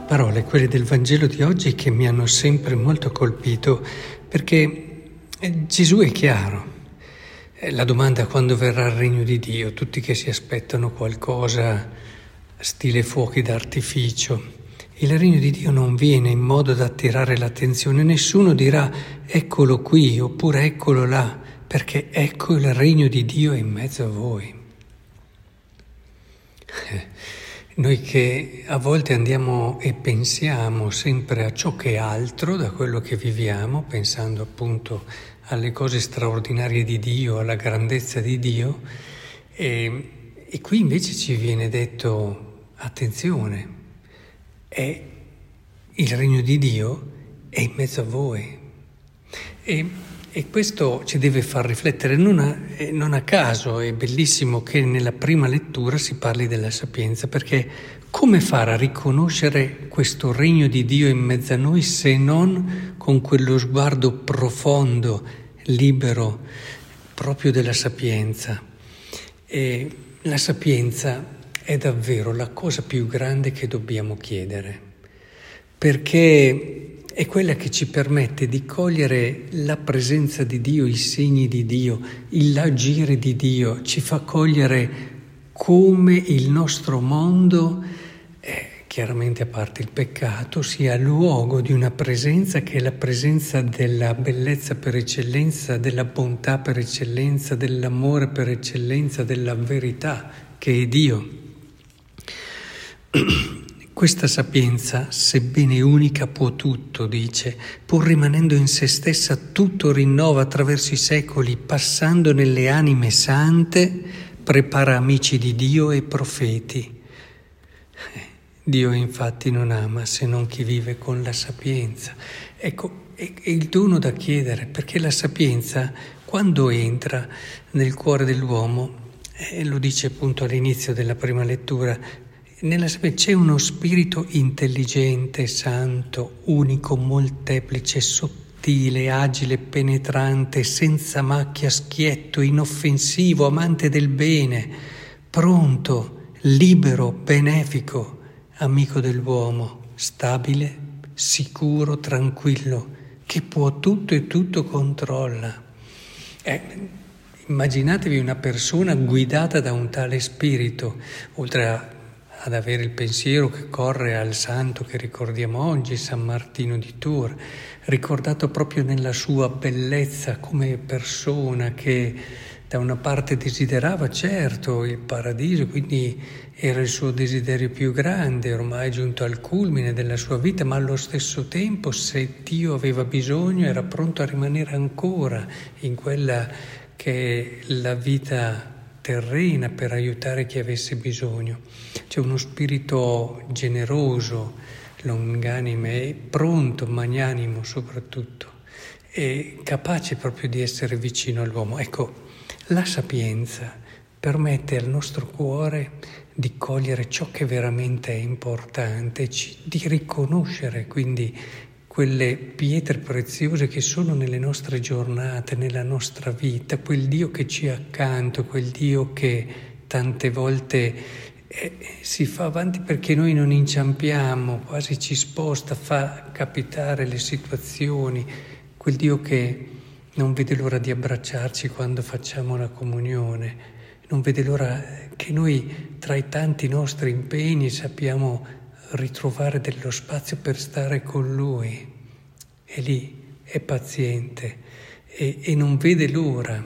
parole, quelle del Vangelo di oggi, che mi hanno sempre molto colpito, perché Gesù è chiaro. La domanda quando verrà il regno di Dio, tutti che si aspettano qualcosa stile fuochi d'artificio. Il regno di Dio non viene in modo da attirare l'attenzione, nessuno dirà eccolo qui oppure eccolo là, perché ecco il regno di Dio è in mezzo a voi. Noi che a volte andiamo e pensiamo sempre a ciò che è altro da quello che viviamo, pensando appunto alle cose straordinarie di Dio, alla grandezza di Dio, e qui invece ci viene detto attenzione, il regno di Dio è in mezzo a voi. E questo ci deve far riflettere, non a caso è bellissimo che nella prima lettura si parli della sapienza, perché come fare a riconoscere questo regno di Dio in mezzo a noi se non con quello sguardo profondo, libero, proprio della sapienza? E la sapienza è davvero la cosa più grande che dobbiamo chiedere, perché è quella che ci permette di cogliere la presenza di Dio, i segni di Dio, l'agire di Dio, ci fa cogliere come il nostro mondo, chiaramente a parte il peccato, sia luogo di una presenza che è la presenza della bellezza per eccellenza, della bontà per eccellenza, dell'amore per eccellenza, della verità che è Dio. Questa sapienza, sebbene unica, può tutto, dice, pur rimanendo in se stessa, tutto rinnova attraverso i secoli, passando nelle anime sante, prepara amici di Dio e profeti. Dio infatti non ama se non chi vive con la sapienza. Ecco, è il dono da chiedere, perché la sapienza, quando entra nel cuore dell'uomo, lo dice appunto all'inizio della prima lettura, nella sapienza c'è uno spirito intelligente, santo, unico, molteplice, sottile, agile, penetrante, senza macchia, schietto, inoffensivo, amante del bene, pronto, libero, benefico, amico dell'uomo, stabile, sicuro, tranquillo, che può tutto e tutto controlla. Immaginatevi una persona guidata da un tale spirito, oltre ad avere il pensiero che corre al santo che ricordiamo oggi, San Martino di Tours, ricordato proprio nella sua bellezza come persona che da una parte desiderava certo il paradiso, quindi era il suo desiderio più grande, ormai giunto al culmine della sua vita, ma allo stesso tempo, se Dio aveva bisogno, era pronto a rimanere ancora in quella che è la vita terrena per aiutare chi avesse bisogno. C'è uno spirito generoso, longanime, pronto, magnanimo soprattutto, e capace proprio di essere vicino all'uomo. Ecco, la sapienza permette al nostro cuore di cogliere ciò che veramente è importante, di riconoscere quindi quelle pietre preziose che sono nelle nostre giornate, nella nostra vita, quel Dio che ci è accanto, quel Dio che tante volte si fa avanti perché noi non inciampiamo, quasi ci sposta, fa capitare le situazioni, quel Dio che non vede l'ora di abbracciarci quando facciamo la comunione, non vede l'ora che noi tra i tanti nostri impegni sappiamo ritrovare dello spazio per stare con Lui. È lì, è paziente e non vede l'ora.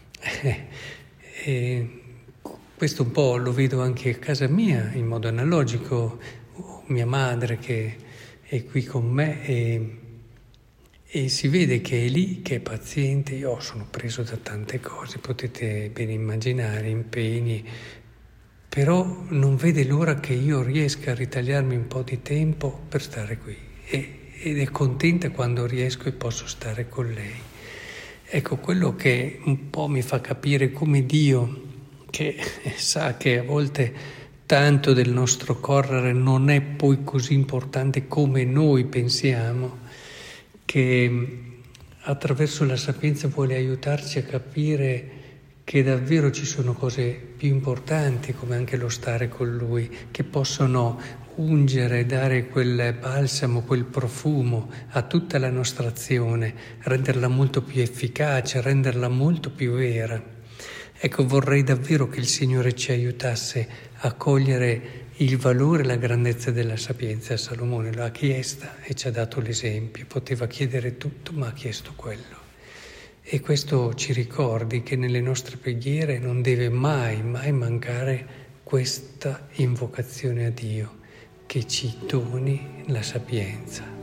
Questo un po' lo vedo anche a casa mia in modo analogico, mia madre che è qui con me e si vede che è lì, che è paziente. Io sono preso da tante cose, potete ben immaginare, impegni, però non vede l'ora che io riesca a ritagliarmi un po' di tempo per stare qui ed è contenta quando riesco e posso stare con lei. Ecco, quello che un po' mi fa capire come Dio, che sa che a volte tanto del nostro correre non è poi così importante come noi pensiamo, che attraverso la sapienza vuole aiutarci a capire che davvero ci sono cose più importanti, come anche lo stare con Lui, che possono ungere, dare quel balsamo, quel profumo a tutta la nostra azione, renderla molto più efficace, renderla molto più vera. Ecco, vorrei davvero che il Signore ci aiutasse a cogliere il valore e la grandezza della sapienza. Salomone l'ha chiesta e ci ha dato l'esempio. Poteva chiedere tutto, ma ha chiesto quello. E questo ci ricordi che nelle nostre preghiere non deve mai, mai mancare questa invocazione a Dio, che ci doni la sapienza.